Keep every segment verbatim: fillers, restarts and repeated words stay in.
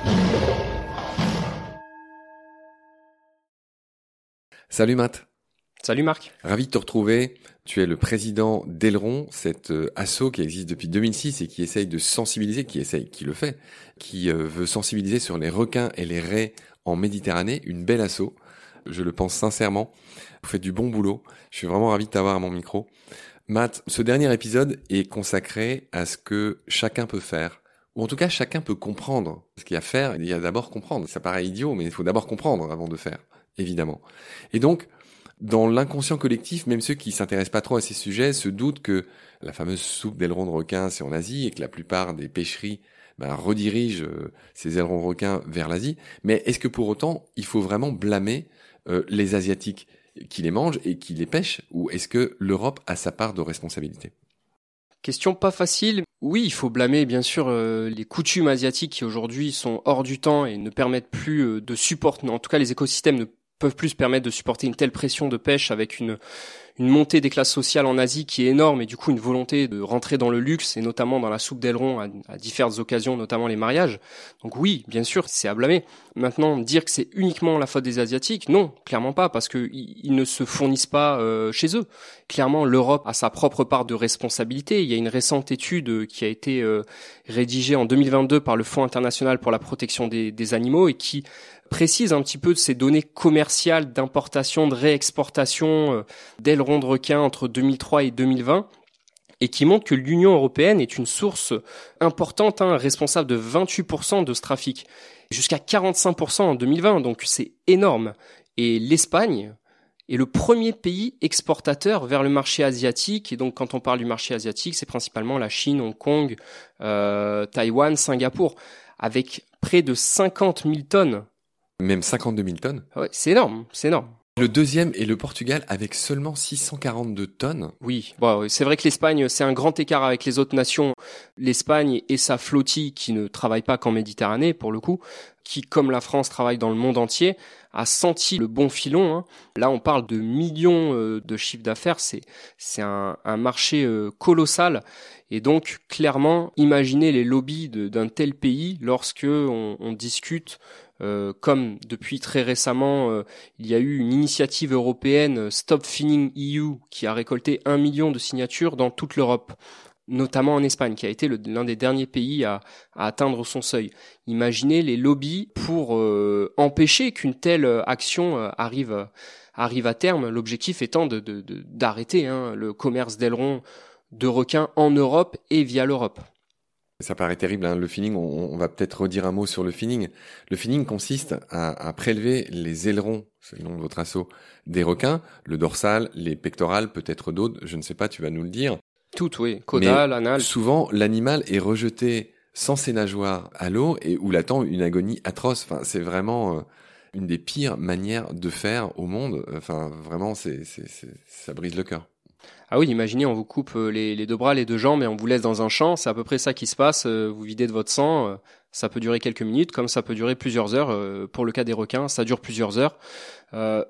Salut Matt. Salut Marc. Ravi de te retrouver. Tu es le président d'Aileron, cette euh, asso qui existe depuis deux mille six et qui essaye de sensibiliser, qui essaye, qui le fait, qui euh, veut sensibiliser sur les requins et les raies en Méditerranée. Une belle asso. Je le pense sincèrement. Vous faites du bon boulot. Je suis vraiment ravi de t'avoir à mon micro. Matt, ce dernier épisode est consacré à ce que chacun peut faire. Ou en tout cas, chacun peut comprendre. Ce qu'il y a à faire, il y a d'abord comprendre. Ça paraît idiot, mais il faut d'abord comprendre avant de faire, évidemment. Et donc, dans l'inconscient collectif, même ceux qui s'intéressent pas trop à ces sujets se doutent que la fameuse soupe d'ailerons de requin, c'est en Asie et que la plupart des pêcheries ben, redirigent euh, ces ailerons de requin vers l'Asie. Mais est-ce que pour autant, il faut vraiment blâmer euh, les Asiatiques qui les mangent et qui les pêchent, ou est-ce que l'Europe a sa part de responsabilité ? Question pas facile. Oui, il faut blâmer bien sûr euh, les coutumes asiatiques qui aujourd'hui sont hors du temps et ne permettent plus euh, de supporter, en tout cas les écosystèmes ne peuvent plus se permettre de supporter une telle pression de pêche avec une une montée des classes sociales en Asie qui est énorme et du coup une volonté de rentrer dans le luxe et notamment dans la soupe d'aileron à, à différentes occasions, notamment les mariages. Donc oui, bien sûr, c'est à blâmer. Maintenant, dire que c'est uniquement la faute des Asiatiques, non, clairement pas, parce que ils, ils ne se fournissent pas euh, chez eux. Clairement, l'Europe a sa propre part de responsabilité. Il y a une récente étude qui a été euh, rédigée en deux mille vingt-deux par le Fonds international pour la protection des, des animaux et qui précise un petit peu de ces données commerciales d'importation, de réexportation euh, d'ailerons de requins entre deux mille trois et deux mille vingt et qui montre que l'Union européenne est une source importante, hein, responsable de vingt-huit pour cent de ce trafic, jusqu'à quarante-cinq pour cent en deux mille vingt, donc c'est énorme. Et l'Espagne est le premier pays exportateur vers le marché asiatique, et donc quand on parle du marché asiatique, c'est principalement la Chine, Hong Kong, euh, Taïwan, Singapour, avec près de cinquante mille tonnes. Même cinquante-deux mille tonnes. Ouais, c'est énorme, c'est énorme. Le deuxième est le Portugal avec seulement six cent quarante-deux tonnes. Oui, bon, c'est vrai que l'Espagne, c'est un grand écart avec les autres nations. L'Espagne et sa flottille, qui ne travaille pas qu'en Méditerranée, pour le coup, qui, comme la France, travaille dans le monde entier, a senti le bon filon. Hein. Là, on parle de millions euh, de chiffres d'affaires. C'est, c'est un, un marché euh, colossal. Et donc, clairement, imaginez les lobbies de, d'un tel pays lorsque on, on discute. Euh, comme depuis très récemment, euh, il y a eu une initiative européenne Stop Finning E U qui a récolté un million de signatures dans toute l'Europe, notamment en Espagne, qui a été le, l'un des derniers pays à, à atteindre son seuil. Imaginez les lobbies pour euh, empêcher qu'une telle action euh, arrive, arrive à terme, l'objectif étant de, de, de, d'arrêter hein, le commerce d'ailerons de requins en Europe et via l'Europe. Ça paraît terrible, hein, le finning, on, on va peut-être redire un mot sur le finning. Le finning consiste à, à prélever les ailerons, c'est le nom de votre assaut, des requins, le dorsal, les pectorales, peut-être d'autres, je ne sais pas, tu vas nous le dire. Toutes, oui, caudal, anal. Souvent, l'animal est rejeté sans ses nageoires à l'eau et où l'attend une agonie atroce. Enfin, c'est vraiment euh, une des pires manières de faire au monde. Enfin, vraiment, c'est, c'est, c'est, ça brise le cœur. Ah oui, imaginez, on vous coupe les, les deux bras, les deux jambes et on vous laisse dans un champ. C'est à peu près ça qui se passe. Vous videz de votre sang. Ça peut durer quelques minutes, comme ça peut durer plusieurs heures. Pour le cas des requins, ça dure plusieurs heures. Euh,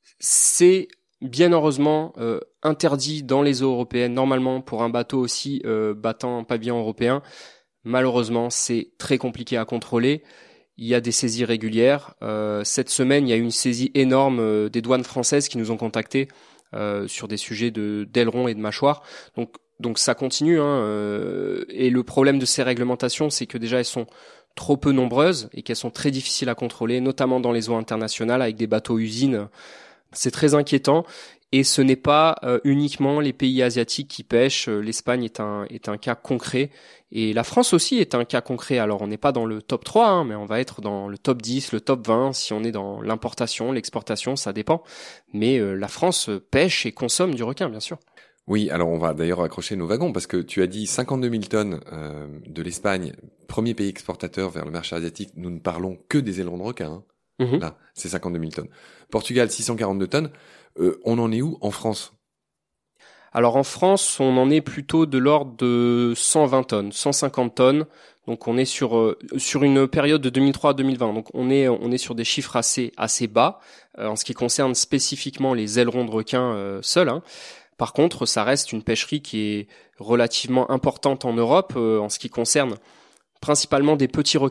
c'est bien heureusement euh, interdit dans les eaux européennes, normalement pour un bateau aussi euh, battant pavillon européen. Malheureusement, c'est très compliqué à contrôler. Il y a des saisies régulières. Euh, cette semaine, il y a eu une saisie énorme euh, des douanes françaises qui nous ont contactés euh, sur des sujets de d'ailerons et de mâchoires. Donc, donc ça continue. Hein, euh, et le problème de ces réglementations, c'est que déjà elles sont trop peu nombreuses et qu'elles sont très difficiles à contrôler, notamment dans les eaux internationales avec des bateaux-usines. C'est très inquiétant. Et ce n'est pas euh, uniquement les pays asiatiques qui pêchent. L'Espagne est un est un cas concret. Et la France aussi est un cas concret. Alors on n'est pas dans le top trois, hein, mais on va être dans le top dix, le top vingt. Si on est dans l'importation, l'exportation, ça dépend. Mais euh, la France pêche et consomme du requin, bien sûr. Oui, alors on va d'ailleurs accrocher nos wagons parce que tu as dit cinquante-deux mille tonnes euh, de l'Espagne, premier pays exportateur vers le marché asiatique. Nous ne parlons que des ailerons de requin. Hein. Mmh. Là, c'est cinquante-deux mille tonnes. Portugal, six cent quarante-deux tonnes. Euh, on en est où en France ? Alors en France, on en est plutôt de l'ordre de cent vingt tonnes, cent cinquante tonnes. Donc on est sur euh, sur une période de deux mille trois à deux mille vingt. Donc on est on est sur des chiffres assez assez bas euh, en ce qui concerne spécifiquement les ailerons de requin euh, seuls. Hein. Par contre, ça reste une pêcherie qui est relativement importante en Europe euh, en ce qui concerne principalement des petits requins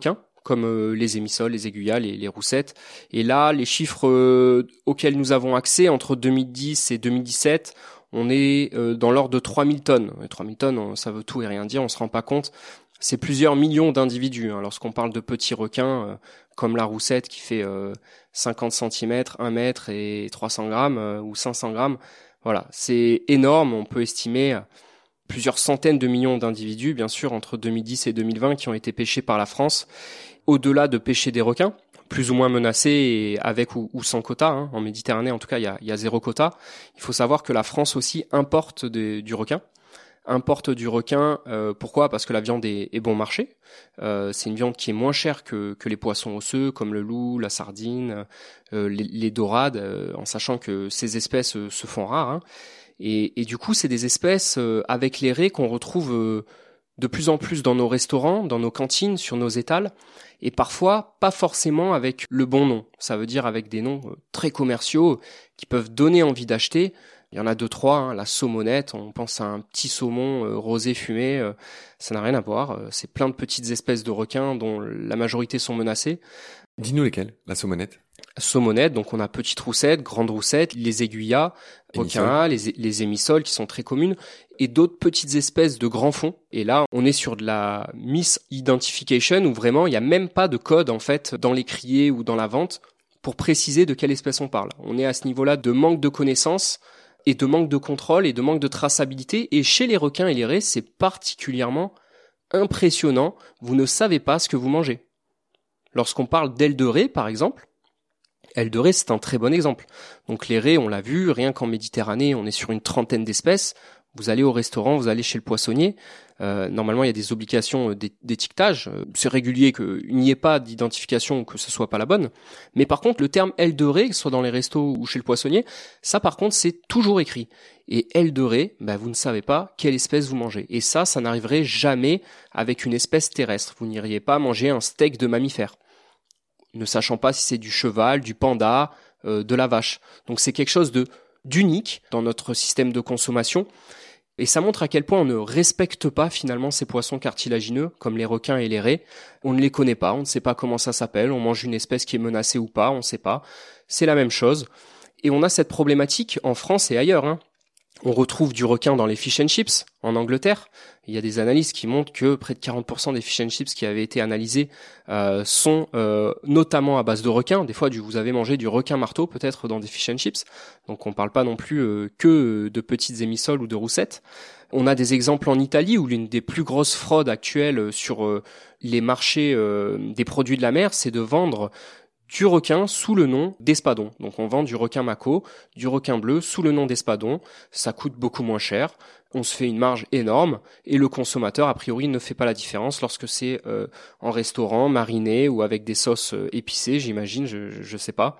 comme euh, les émissoles, les aiguillas, les, les roussettes. Et là, les chiffres euh, auxquels nous avons accès entre deux mille dix et deux mille dix-sept, on est euh, dans l'ordre de trois mille tonnes. Et trois mille tonnes, ça veut tout et rien dire, on se rend pas compte. C'est plusieurs millions d'individus. Hein. Lorsqu'on parle de petits requins, euh, comme la roussette qui fait euh, cinquante centimètres, un mètre et trois cents grammes euh, ou cinq cents grammes, voilà, c'est énorme. On peut estimer plusieurs centaines de millions d'individus, bien sûr, entre deux mille dix et deux mille vingt, qui ont été pêchés par la France. Au-delà de pêcher des requins, plus ou moins menacés, et avec ou, ou sans quota, hein. En Méditerranée, en tout cas, il y a, il y a zéro quota. Il faut savoir que la France aussi importe des, du requin. Importe du requin, euh, pourquoi ? Parce que la viande est, est bon marché. Euh, c'est une viande qui est moins chère que, que les poissons osseux, comme le loup, la sardine, euh, les, les dorades, euh, en sachant que ces espèces euh, se font rares. Hein. Et, et du coup, c'est des espèces euh, avec les raies qu'on retrouve euh, de plus en plus dans nos restaurants, dans nos cantines, sur nos étals, et parfois pas forcément avec le bon nom. Ça veut dire avec des noms euh, très commerciaux qui peuvent donner envie d'acheter. Il y en a deux, trois, hein, la saumonette, on pense à un petit saumon euh, rosé fumé, euh, ça n'a rien à voir. Euh, c'est plein de petites espèces de requins dont la majorité sont menacées. Dis-nous lesquelles, la saumonette. Saumonette, donc on a petite roussette, grande roussette, les aiguillas, requins, les, les émissoles qui sont très communes, et d'autres petites espèces de grands fonds. Et là, on est sur de la misidentification où vraiment il n'y a même pas de code en fait dans les criers ou dans la vente pour préciser de quelle espèce on parle. On est à ce niveau-là de manque de connaissances et de manque de contrôle et de manque de traçabilité. Et chez les requins et les raies, c'est particulièrement impressionnant. Vous ne savez pas ce que vous mangez. Lorsqu'on parle d'ailes de raie, par exemple, ailes de raie, c'est un très bon exemple. Donc les raies, on l'a vu, rien qu'en Méditerranée, on est sur une trentaine d'espèces. Vous allez au restaurant, vous allez chez le poissonnier. Euh, normalement, il y a des obligations d'étiquetage. C'est régulier qu'il n'y ait pas d'identification ou que ce soit pas la bonne. Mais par contre, le terme aile de raie, que ce soit dans les restos ou chez le poissonnier, ça par contre, c'est toujours écrit. Et aile de raie, bah, vous ne savez pas quelle espèce vous mangez. Et ça, ça n'arriverait jamais avec une espèce terrestre. Vous n'iriez pas manger un steak de mammifère, ne sachant pas si c'est du cheval, du panda, euh, de la vache. Donc c'est quelque chose de d'unique dans notre système de consommation. Et ça montre à quel point on ne respecte pas finalement ces poissons cartilagineux, comme les requins et les raies. On ne les connaît pas, on ne sait pas comment ça s'appelle, on mange une espèce qui est menacée ou pas, on ne sait pas. C'est la même chose. Et on a cette problématique en France et ailleurs, hein. On retrouve du requin dans les fish and chips en Angleterre. Il y a des analyses qui montrent que près de quarante pour cent des fish and chips qui avaient été analysés euh, sont euh, notamment à base de requin. Des fois, du, vous avez mangé du requin marteau peut-être dans des fish and chips. Donc on ne parle pas non plus euh, que de petites émissoles ou de roussettes. On a des exemples en Italie où l'une des plus grosses fraudes actuelles sur euh, les marchés euh, des produits de la mer, c'est de vendre du requin sous le nom d'espadon. Donc on vend du requin mako, du requin bleu sous le nom d'espadon. Ça coûte beaucoup moins cher. On se fait une marge énorme et le consommateur, a priori, ne fait pas la différence lorsque c'est euh, en restaurant, mariné ou avec des sauces euh, épicées, j'imagine, je, je, je sais pas.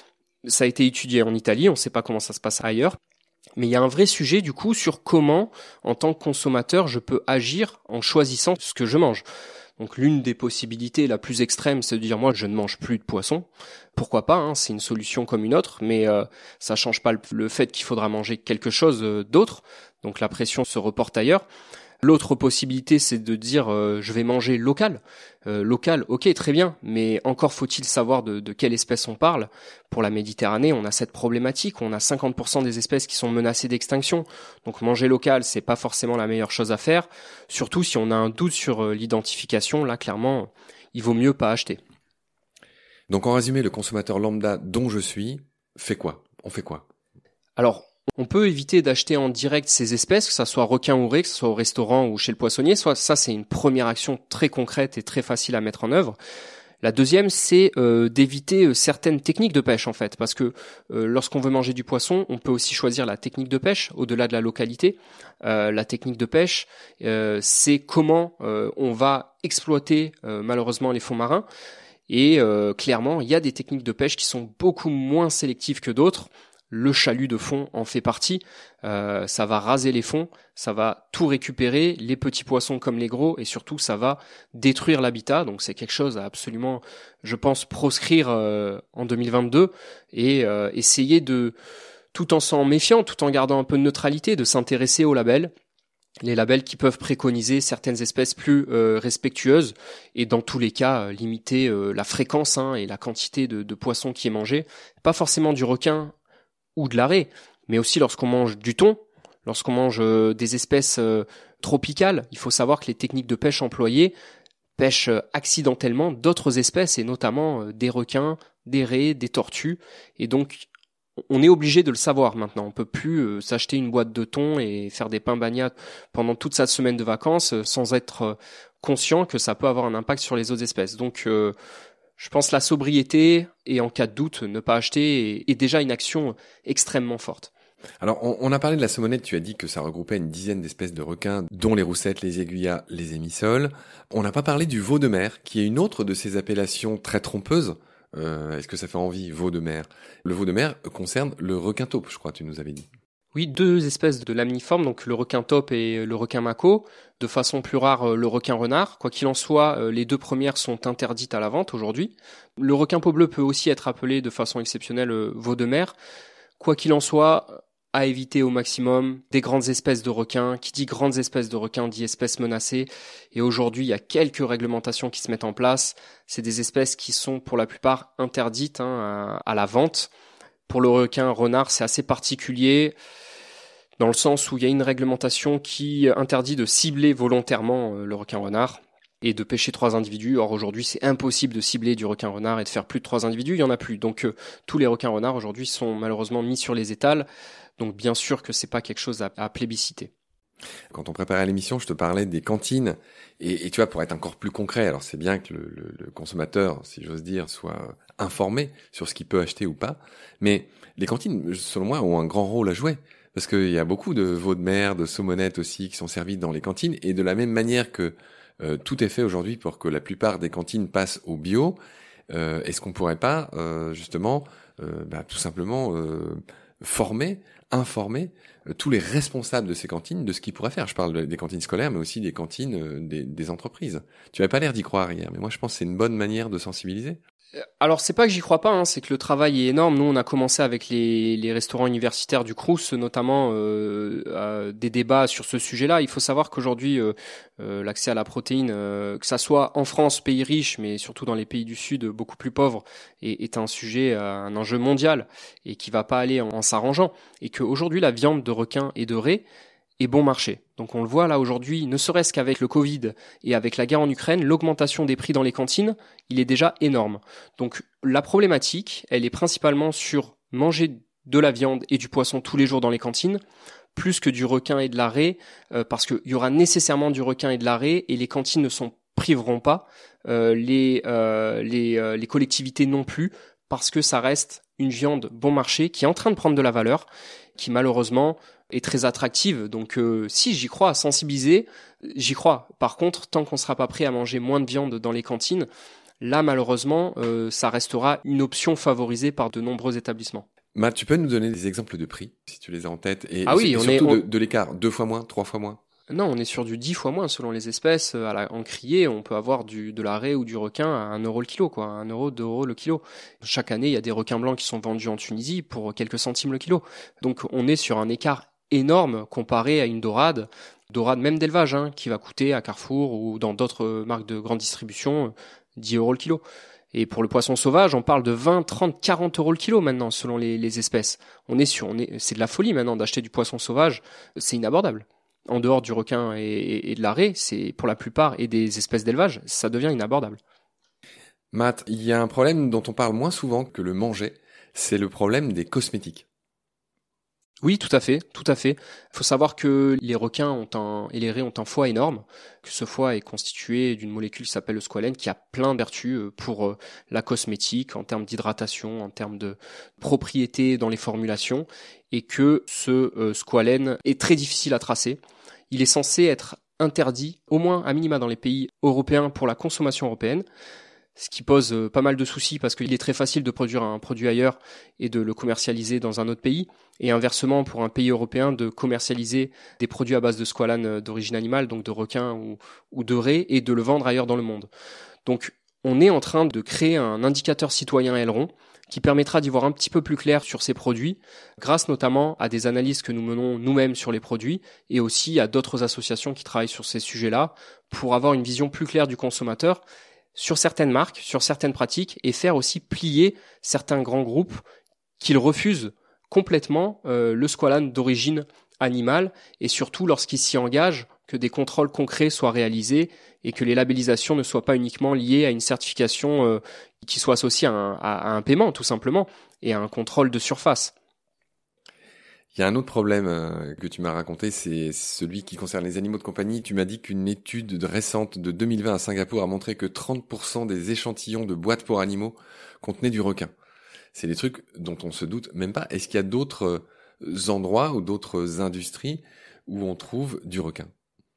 Ça a été étudié en Italie, on ne sait pas comment ça se passe ailleurs. Mais il y a un vrai sujet du coup sur comment, en tant que consommateur, je peux agir en choisissant ce que je mange. Donc l'une des possibilités la plus extrême, c'est de dire moi je ne mange plus de poisson. Pourquoi pas, hein, c'est une solution comme une autre, mais euh, ça change pas le, le fait qu'il faudra manger quelque chose euh, d'autre. Donc la pression se reporte ailleurs. L'autre possibilité, c'est de dire euh, je vais manger local. Euh, local, ok, très bien, mais encore faut-il savoir de, de quelle espèce on parle. Pour la Méditerranée, on a cette problématique, on a cinquante pour cent des espèces qui sont menacées d'extinction. Donc manger local, c'est pas forcément la meilleure chose à faire. Surtout si on a un doute sur euh, l'identification, là clairement, il vaut mieux pas acheter. Donc en résumé, le consommateur lambda dont je suis fait quoi ? On fait quoi ? Alors, on peut éviter d'acheter en direct ces espèces, que ça soit requin ou raie, que ce soit au restaurant ou chez le poissonnier. Soit ça, c'est une première action très concrète et très facile à mettre en œuvre. La deuxième, c'est euh, d'éviter euh, certaines techniques de pêche en fait, parce que euh, lorsqu'on veut manger du poisson, on peut aussi choisir la technique de pêche au-delà de la localité. Euh, la technique de pêche, euh, c'est comment euh, on va exploiter euh, malheureusement les fonds marins. Et euh, clairement, il y a des techniques de pêche qui sont beaucoup moins sélectives que d'autres. Le chalut de fond en fait partie. Euh, ça va raser les fonds, ça va tout récupérer, les petits poissons comme les gros, et surtout ça va détruire l'habitat. Donc c'est quelque chose à absolument, je pense, proscrire euh, en deux mille vingt-deux et euh, essayer de, tout en s'en méfiant, tout en gardant un peu de neutralité, de s'intéresser aux labels, les labels qui peuvent préconiser certaines espèces plus euh, respectueuses et dans tous les cas euh, limiter euh, la fréquence hein, et la quantité de, de poissons qui est mangé, pas forcément du requin ou de la raie, mais aussi lorsqu'on mange du thon, lorsqu'on mange euh, des espèces euh, tropicales. Il faut savoir que les techniques de pêche employées pêchent euh, accidentellement d'autres espèces et notamment euh, des requins, des raies, des tortues, et donc on est obligé de le savoir maintenant. On peut plus euh, s'acheter une boîte de thon et faire des pains bagnats pendant toute sa semaine de vacances euh, sans être euh, conscient que ça peut avoir un impact sur les autres espèces. Donc, euh, je pense la sobriété et en cas de doute, ne pas acheter est, est déjà une action extrêmement forte. Alors, on, on a parlé de la saumonette, tu as dit que ça regroupait une dizaine d'espèces de requins, dont les roussettes, les aiguillas, les émissoles. On n'a pas parlé du veau de mer, qui est une autre de ces appellations très trompeuses. Euh, est-ce que ça fait envie, veau de mer? Le veau de mer concerne le requin taupe, je crois, tu nous avais dit. Oui, deux espèces de lamniformes, donc le requin taupe et le requin mako. De façon plus rare, le requin renard. Quoi qu'il en soit, les deux premières sont interdites à la vente aujourd'hui. Le requin peau bleue peut aussi être appelé de façon exceptionnelle veau de mer. Quoi qu'il en soit, à éviter au maximum des grandes espèces de requins. Qui dit grandes espèces de requins dit espèces menacées. Et aujourd'hui, il y a quelques réglementations qui se mettent en place. C'est des espèces qui sont pour la plupart interdites hein, à, à la vente. Pour le requin renard, c'est assez particulier dans le sens où il y a une réglementation qui interdit de cibler volontairement le requin renard et de pêcher trois individus. Or aujourd'hui, c'est impossible de cibler du requin renard et de faire plus de trois individus. Il y en a plus. Donc euh, tous les requins renards aujourd'hui sont malheureusement mis sur les étals. Donc bien sûr que c'est pas quelque chose à, à plébisciter. Quand on préparait l'émission, je te parlais des cantines. Et, et tu vois, pour être encore plus concret, alors c'est bien que le, le, le consommateur, si j'ose dire, soit informé sur ce qu'il peut acheter ou pas. Mais les cantines, selon moi, ont un grand rôle à jouer. Parce qu'il y a beaucoup de veaux de mer, de saumonettes aussi qui sont servis dans les cantines. Et de la même manière que euh, tout est fait aujourd'hui pour que la plupart des cantines passent au bio, euh, est-ce qu'on pourrait pas, euh, justement, euh, bah, tout simplement euh, former, informer euh, tous les responsables de ces cantines de ce qu'ils pourraient faire? Je parle des cantines scolaires, mais aussi des cantines euh, des, des entreprises. Tu n'avais pas l'air d'y croire hier, mais moi je pense que c'est une bonne manière de sensibiliser. Alors c'est pas que j'y crois pas, hein, c'est que le travail est énorme. Nous on a commencé avec les, les restaurants universitaires du Crous, notamment euh, euh, des débats sur ce sujet-là. Il faut savoir qu'aujourd'hui euh, euh, l'accès à la protéine, euh, que ça soit en France, pays riche, mais surtout dans les pays du Sud beaucoup plus pauvres, est, est un sujet, un enjeu mondial et qui va pas aller en, en s'arrangeant. Et qu'aujourd'hui la viande de requin et de raie est bon marché. Donc on le voit là aujourd'hui, ne serait-ce qu'avec le Covid et avec la guerre en Ukraine, l'augmentation des prix dans les cantines, il est déjà énorme. Donc la problématique, elle est principalement sur manger de la viande et du poisson tous les jours dans les cantines, plus que du requin et de la raie, euh, parce qu'il y aura nécessairement du requin et de la raie, et les cantines ne s'en priveront pas, euh, les, euh, les, euh, les collectivités non plus, parce que ça reste une viande bon marché qui est en train de prendre de la valeur, qui malheureusement est très attractive. Donc euh, si j'y crois, à sensibiliser, j'y crois. Par contre, tant qu'on sera pas prêt à manger moins de viande dans les cantines, là malheureusement, euh, ça restera une option favorisée par de nombreux établissements. Matt, tu peux nous donner des exemples de prix, si tu les as en tête, et, ah oui, et on surtout est, on... de, de l'écart, deux fois moins, trois fois moins? Non, on est sur du dix fois moins selon les espèces. À la, en criée, on peut avoir du, de la raie ou du requin à un euro le kilo, quoi. Un euro, deux euros le kilo. Chaque année, il y a des requins blancs qui sont vendus en Tunisie pour quelques centimes le kilo. Donc, on est sur un écart énorme comparé à une dorade, dorade même d'élevage, hein, qui va coûter à Carrefour ou dans d'autres marques de grande distribution dix euros le kilo. Et pour le poisson sauvage, on parle de vingt, trente, quarante euros le kilo maintenant, selon les, les espèces. On est sur, on est, c'est de la folie maintenant d'acheter du poisson sauvage. C'est inabordable. En dehors du requin et, et, et de la raie, c'est pour la plupart, et des espèces d'élevage, ça devient inabordable. Matt, il y a un problème dont on parle moins souvent que le manger, c'est le problème des cosmétiques. Oui, tout à fait, tout à fait. Il faut savoir que les requins ont un, et les raies ont un foie énorme, que ce foie est constitué d'une molécule qui s'appelle le squalène, qui a plein de vertus pour la cosmétique, en termes d'hydratation, en termes de propriétés dans les formulations, et que ce euh, squalène est très difficile à tracer. Il est censé être interdit, au moins à minima dans les pays européens, pour la consommation européenne, ce qui pose euh, pas mal de soucis parce qu'il est très facile de produire un produit ailleurs et de le commercialiser dans un autre pays, et inversement pour un pays européen de commercialiser des produits à base de squalane d'origine animale, donc de requin ou, ou de raie, et de le vendre ailleurs dans le monde. Donc on est en train de créer un indicateur citoyen aileron qui permettra d'y voir un petit peu plus clair sur ces produits, grâce notamment à des analyses que nous menons nous-mêmes sur les produits et aussi à d'autres associations qui travaillent sur ces sujets-là pour avoir une vision plus claire du consommateur sur certaines marques, sur certaines pratiques et faire aussi plier certains grands groupes qu'ils refusent complètement euh, le squalane d'origine animale et surtout lorsqu'ils s'y engagent, que des contrôles concrets soient réalisés et que les labellisations ne soient pas uniquement liées à une certification euh, qui soit associée à un, à, à un paiement tout simplement et à un contrôle de surface. Il y a un autre problème euh, que tu m'as raconté, c'est celui qui concerne les animaux de compagnie. Tu m'as dit qu'une étude récente de deux mille vingt à Singapour a montré que trente pour cent des échantillons de boîtes pour animaux contenaient du requin. C'est des trucs dont on se doute même pas. Est-ce qu'il y a d'autres endroits ou d'autres industries où on trouve du requin ?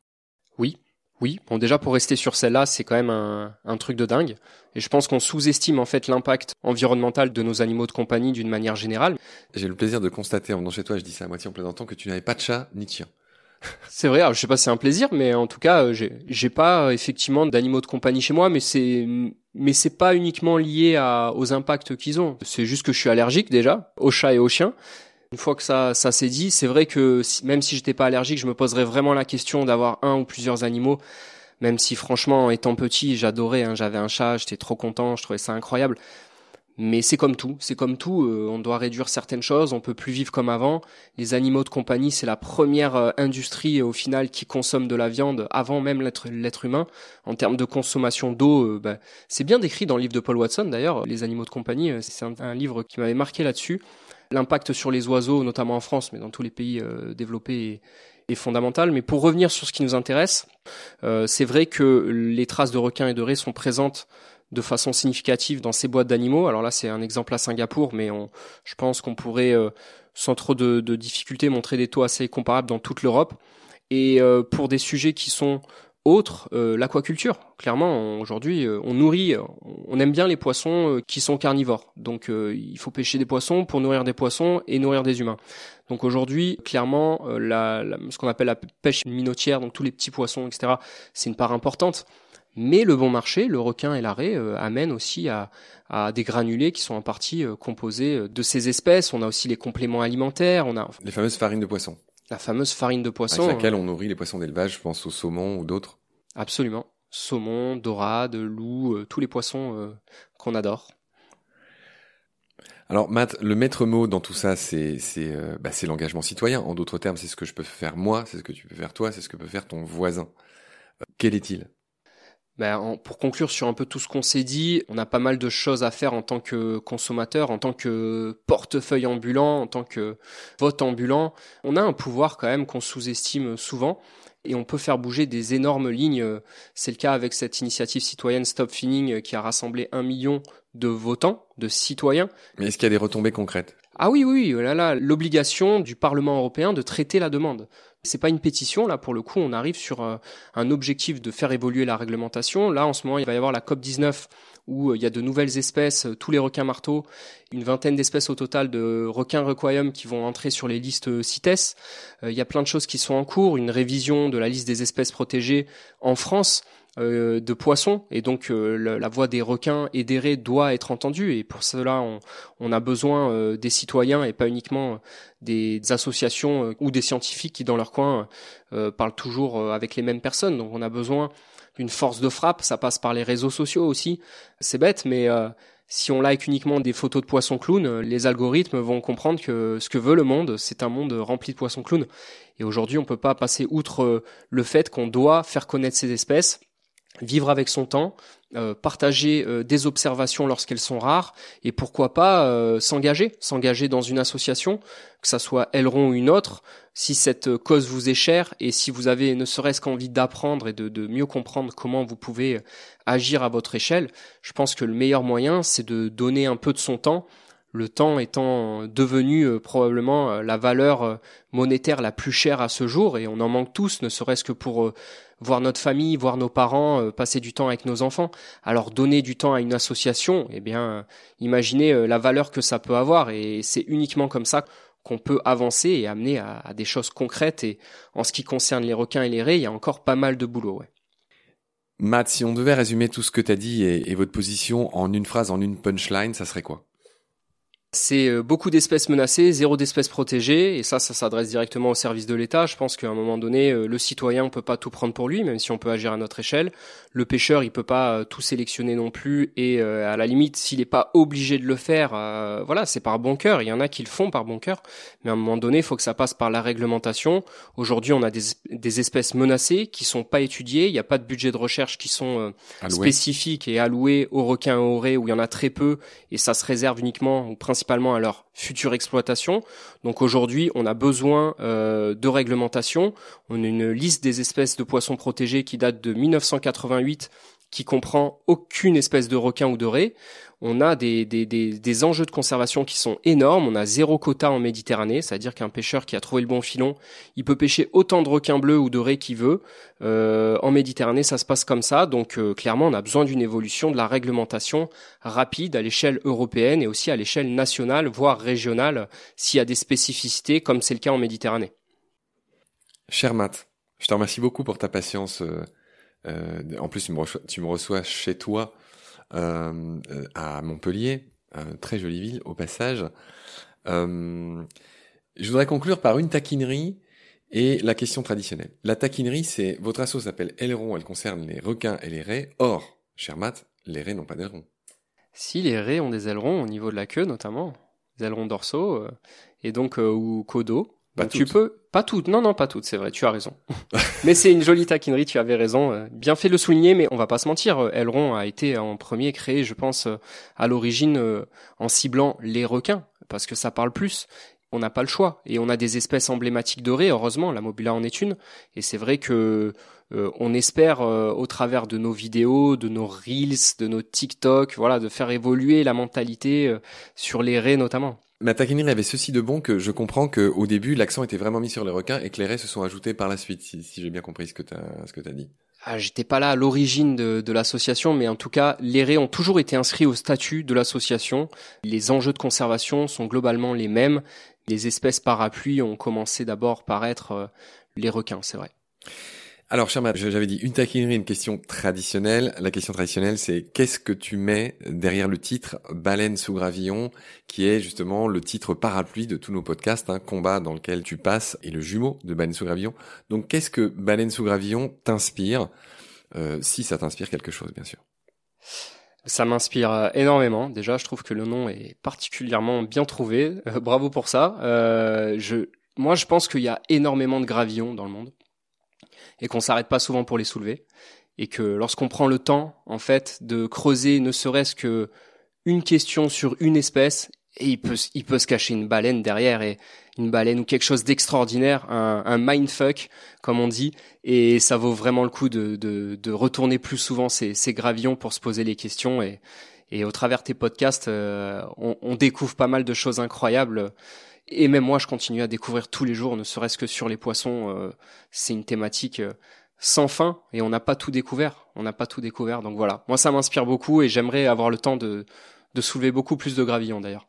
Oui, oui. Bon, déjà pour rester sur celle-là, c'est quand même un, un truc de dingue. Et je pense qu'on sous-estime en fait l'impact environnemental de nos animaux de compagnie d'une manière générale. J'ai le plaisir de constater en venant chez toi, je dis ça à moitié en plaisantant, que tu n'avais pas de chat ni de chien. C'est vrai, alors je sais pas si c'est un plaisir, mais en tout cas, j'ai, j'ai pas effectivement d'animaux de compagnie chez moi, mais c'est, mais c'est pas uniquement lié à, aux impacts qu'ils ont. C'est juste que je suis allergique déjà aux chats et aux chiens. Une fois que ça, ça s'est dit, c'est vrai que si, même si j'étais pas allergique, je me poserais vraiment la question d'avoir un ou plusieurs animaux. Même si franchement, étant petit, j'adorais, hein, j'avais un chat, j'étais trop content, je trouvais ça incroyable. Mais c'est comme tout, c'est comme tout, euh, on doit réduire certaines choses, on peut plus vivre comme avant. Les animaux de compagnie, c'est la première euh, industrie au final qui consomme de la viande avant même l'être, l'être humain. En termes de consommation d'eau, euh, bah, c'est bien décrit dans le livre de Paul Watson d'ailleurs, Les animaux de compagnie, euh, c'est un, un livre qui m'avait marqué là-dessus. L'impact sur les oiseaux, notamment en France, mais dans tous les pays euh, développés, est, est fondamental. Mais pour revenir sur ce qui nous intéresse, euh, c'est vrai que les traces de requins et de raies sont présentes de façon significative dans ces boîtes d'animaux. Alors là, c'est un exemple à Singapour, mais on, je pense qu'on pourrait, euh, sans trop de, de difficultés, montrer des taux assez comparables dans toute l'Europe. Et euh, pour des sujets qui sont autres, euh, l'aquaculture. Clairement, on, aujourd'hui, euh, on nourrit, on aime bien les poissons euh, qui sont carnivores. Donc, euh, il faut pêcher des poissons pour nourrir des poissons et nourrir des humains. Donc aujourd'hui, clairement, euh, la, la, ce qu'on appelle la pêche minotière, donc tous les petits poissons, et cetera, c'est une part importante. Mais le bon marché, le requin et la raie, euh, amènent aussi à, à des granulés qui sont en partie euh, composés de ces espèces. On a aussi les compléments alimentaires. On a les fameuses farines de poisson. La fameuse farine de poisson. Avec laquelle on nourrit les poissons d'élevage, je pense au saumon ou d'autres. Absolument. Saumon, dorade, loup, euh, tous les poissons euh, qu'on adore. Alors Matt, le maître mot dans tout ça, c'est c'est euh, bah, c'est l'engagement citoyen. En d'autres termes, c'est ce que je peux faire moi, c'est ce que tu peux faire toi, c'est ce que peut faire ton voisin. Euh, quel est-il ? Ben, en, pour conclure sur un peu tout ce qu'on s'est dit, on a pas mal de choses à faire en tant que consommateur, en tant que portefeuille ambulant, en tant que vote ambulant. On a un pouvoir quand même qu'on sous-estime souvent et on peut faire bouger des énormes lignes. C'est le cas avec cette initiative citoyenne Stop Finning qui a rassemblé un million de votants, de citoyens. Mais est-ce qu'il y a des retombées concrètes ? Ah oui, oui, oui, là, là, l'obligation du Parlement européen de traiter la demande. C'est pas une pétition, là, pour le coup, on arrive sur euh, un objectif de faire évoluer la réglementation. Là, en ce moment, il va y avoir la COP dix-neuf, où euh, il y a de nouvelles espèces, euh, tous les requins marteaux, une vingtaine d'espèces au total de requins requiem qui vont entrer sur les listes euh, CITES. Euh, il y a plein de choses qui sont en cours, une révision de la liste des espèces protégées en France, Euh, de poissons, et donc euh, la, la voix des requins et des raies doit être entendue, et pour cela on, on a besoin euh, des citoyens et pas uniquement des, des associations euh, ou des scientifiques qui dans leur coin euh, parlent toujours euh, avec les mêmes personnes. Donc on a besoin d'une force de frappe, ça passe par les réseaux sociaux aussi. C'est bête, mais euh, si on like uniquement des photos de poissons clowns, les algorithmes vont comprendre que ce que veut le monde, c'est un monde rempli de poissons clowns. Et aujourd'hui, on peut pas passer outre le fait qu'on doit faire connaître ces espèces, vivre avec son temps, euh, partager euh, des observations lorsqu'elles sont rares, et pourquoi pas euh, s'engager, s'engager dans une association, que ça soit Aileron ou une autre, si cette cause vous est chère et si vous avez ne serait-ce qu'envie d'apprendre et de, de mieux comprendre comment vous pouvez agir à votre échelle. Je pense que le meilleur moyen, c'est de donner un peu de son temps, le temps étant devenu euh, probablement euh, la valeur euh, monétaire la plus chère à ce jour, et on en manque tous, ne serait-ce que pour euh, voir notre famille, voir nos parents, euh, passer du temps avec nos enfants. Alors donner du temps à une association, eh bien, euh, imaginez euh, la valeur que ça peut avoir, et c'est uniquement comme ça qu'on peut avancer et amener à, à des choses concrètes. Et en ce qui concerne les requins et les raies, il y a encore pas mal de boulot. Ouais. Matt, si on devait résumer tout ce que tu as dit et, et votre position en une phrase, en une punchline, ça serait quoi ? C'est beaucoup d'espèces menacées, zéro d'espèces protégées, et ça, ça s'adresse directement au service de l'État. Je pense qu'à un moment donné, le citoyen ne peut pas tout prendre pour lui, même si on peut agir à notre échelle. Le pêcheur, il peut pas tout sélectionner non plus, et à la limite, s'il n'est pas obligé de le faire, euh, voilà, c'est par bon cœur. Il y en a qui le font par bon cœur, mais à un moment donné, il faut que ça passe par la réglementation. Aujourd'hui, on a des, des espèces menacées qui sont pas étudiées. Il n'y a pas de budget de recherche qui sont euh, spécifiques et alloués aux requins et aux raies, où il y en a très peu, et ça se réserve uniquement ou principalement à leur future exploitation. Donc aujourd'hui, on a besoin euh, de réglementation. On a une liste des espèces de poissons protégés qui date de mille neuf cent quatre-vingt-huit, qui comprend aucune espèce de requin ou de raie. On a des, des, des, des enjeux de conservation qui sont énormes. On a zéro quota en Méditerranée, c'est-à-dire qu'un pêcheur qui a trouvé le bon filon, il peut pêcher autant de requins bleus ou de raies qu'il veut. Euh, en Méditerranée, ça se passe comme ça. Donc euh, clairement, on a besoin d'une évolution de la réglementation rapide à l'échelle européenne et aussi à l'échelle nationale, voire régionale, s'il y a des spécificités, comme c'est le cas en Méditerranée. Cher Matt, je te remercie beaucoup pour ta patience. Euh, euh, en plus, tu me reçois, tu me reçois chez toi. Euh, à Montpellier, euh, très jolie ville au passage. Euh, je voudrais conclure par une taquinerie et la question traditionnelle. La taquinerie, c'est votre asso s'appelle Aileron, elle concerne les requins et les raies. Or, cher Matt, les raies n'ont pas d'ailerons. Si, les raies ont des ailerons au niveau de la queue notamment, des ailerons dorsaux euh, et donc euh, ou caudaux. Pas donc toutes. Tu peux, pas toutes, non non pas toutes, c'est vrai, tu as raison. Mais c'est une jolie taquinerie, tu avais raison, euh, bien fait de le souligner, mais on va pas se mentir, aileron a été en premier créé, je pense, euh, à l'origine euh, en ciblant les requins, parce que ça parle plus. On n'a pas le choix, et on a des espèces emblématiques de raies, heureusement, la Mobula en est une, et c'est vrai que euh, on espère euh, au travers de nos vidéos, de nos reels, de nos TikTok, voilà, de faire évoluer la mentalité euh, sur les raies notamment. Ma taquinerie avait ceci de bon que je comprends que au début l'accent était vraiment mis sur les requins et que les raies se sont ajoutées par la suite, si, si j'ai bien compris ce que t'as, ce que t'as dit. Ah, j'étais pas là à l'origine de, de l'association, mais en tout cas, les raies ont toujours été inscrits au statut de l'association. Les enjeux de conservation sont globalement les mêmes. Les espèces parapluies ont commencé d'abord par être euh, les requins, c'est vrai. Alors, cher Matt, j'avais dit une taquinerie, une question traditionnelle. La question traditionnelle, c'est qu'est-ce que tu mets derrière le titre Baleine sous gravillon, qui est justement le titre parapluie de tous nos podcasts, hein, combat dans lequel tu passes, et le jumeau de Baleine sous gravillon. Donc, qu'est-ce que Baleine sous gravillon t'inspire, euh, si ça t'inspire quelque chose, bien sûr? Ça m'inspire énormément. Déjà, je trouve que le nom est particulièrement bien trouvé. Euh, bravo pour ça. Euh, je, moi, je pense qu'il y a énormément de gravillons dans le monde, et qu'on s'arrête pas souvent pour les soulever, et que lorsqu'on prend le temps, en fait, de creuser ne serait-ce que une question sur une espèce, et il peut, il peut se cacher une baleine derrière, et une baleine ou quelque chose d'extraordinaire, un, un mindfuck, comme on dit, et ça vaut vraiment le coup de, de, de retourner plus souvent ces, ces gravillons pour se poser les questions, et, et au travers de tes podcasts, euh, on, on découvre pas mal de choses incroyables. Et même moi, je continue à découvrir tous les jours, ne serait-ce que sur les poissons. Euh, c'est une thématique euh, sans fin, et on n'a pas tout découvert. On n'a pas tout découvert. Donc voilà, moi ça m'inspire beaucoup, et j'aimerais avoir le temps de, de soulever beaucoup plus de gravillons d'ailleurs.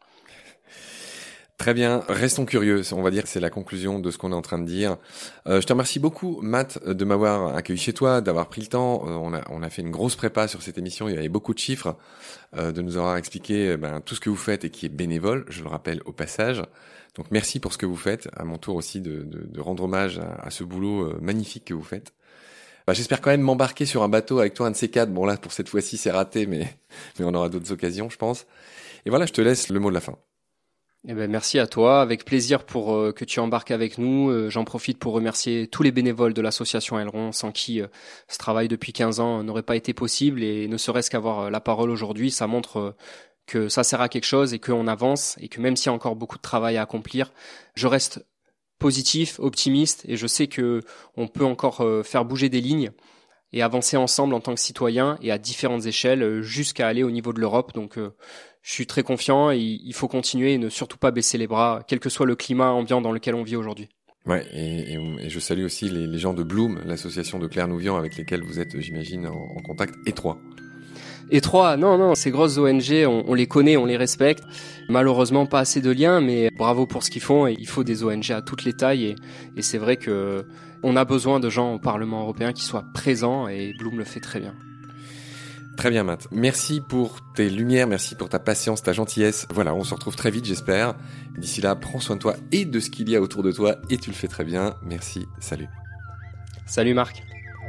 Très bien, restons curieux, on va dire que c'est la conclusion de ce qu'on est en train de dire. Euh, je te remercie beaucoup, Matt, de m'avoir accueilli chez toi, d'avoir pris le temps. Euh, on a, on a fait une grosse prépa sur cette émission, il y avait beaucoup de chiffres, euh, de nous avoir expliqué ben, tout ce que vous faites et qui est bénévole, je le rappelle au passage. Donc merci pour ce que vous faites, à mon tour aussi de, de, de rendre hommage à, à ce boulot euh, magnifique que vous faites. Bah, j'espère quand même m'embarquer sur un bateau avec toi, un de ces quatre. Bon là, pour cette fois-ci, c'est raté, mais, mais on aura d'autres occasions, je pense. Et voilà, je te laisse le mot de la fin. Eh ben, merci à toi, avec plaisir pour euh, que tu embarques avec nous. Euh, j'en profite pour remercier tous les bénévoles de l'association Aileron, sans qui euh, ce travail depuis quinze ans n'aurait pas été possible, et ne serait-ce qu'avoir euh, la parole aujourd'hui, ça montre euh, que ça sert à quelque chose et qu'on avance, et que même s'il y a encore beaucoup de travail à accomplir, je reste positif, optimiste, et je sais que on peut encore euh, faire bouger des lignes et avancer ensemble en tant que citoyens et à différentes échelles jusqu'à aller au niveau de l'Europe. Donc euh, je suis très confiant, et il faut continuer et ne surtout pas baisser les bras, quel que soit le climat ambiant dans lequel on vit aujourd'hui. Ouais, et, et, et je salue aussi les, les gens de Bloom, l'association de Claire Nouvian, avec lesquels vous êtes, j'imagine, en, en contact étroit. Étroit, non, non, ces grosses O N G, on, on les connaît, on les respecte. Malheureusement, pas assez de liens, mais bravo pour ce qu'ils font. Et il faut des O N G à toutes les tailles, et, et c'est vrai que on a besoin de gens au Parlement européen qui soient présents, et Bloom le fait très bien. Très bien, Matt. Merci pour tes lumières, merci pour ta patience, ta gentillesse. Voilà, on se retrouve très vite, j'espère. D'ici là, prends soin de toi et de ce qu'il y a autour de toi, et tu le fais très bien. Merci, salut. Salut Marc.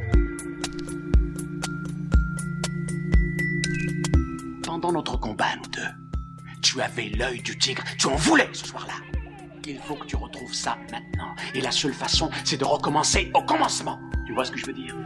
Pendant notre combat, nous deux, tu avais l'œil du tigre, tu en voulais ce soir-là. Il faut que tu retrouves ça maintenant. Et la seule façon, c'est de recommencer au commencement. Tu vois ce que je veux dire ?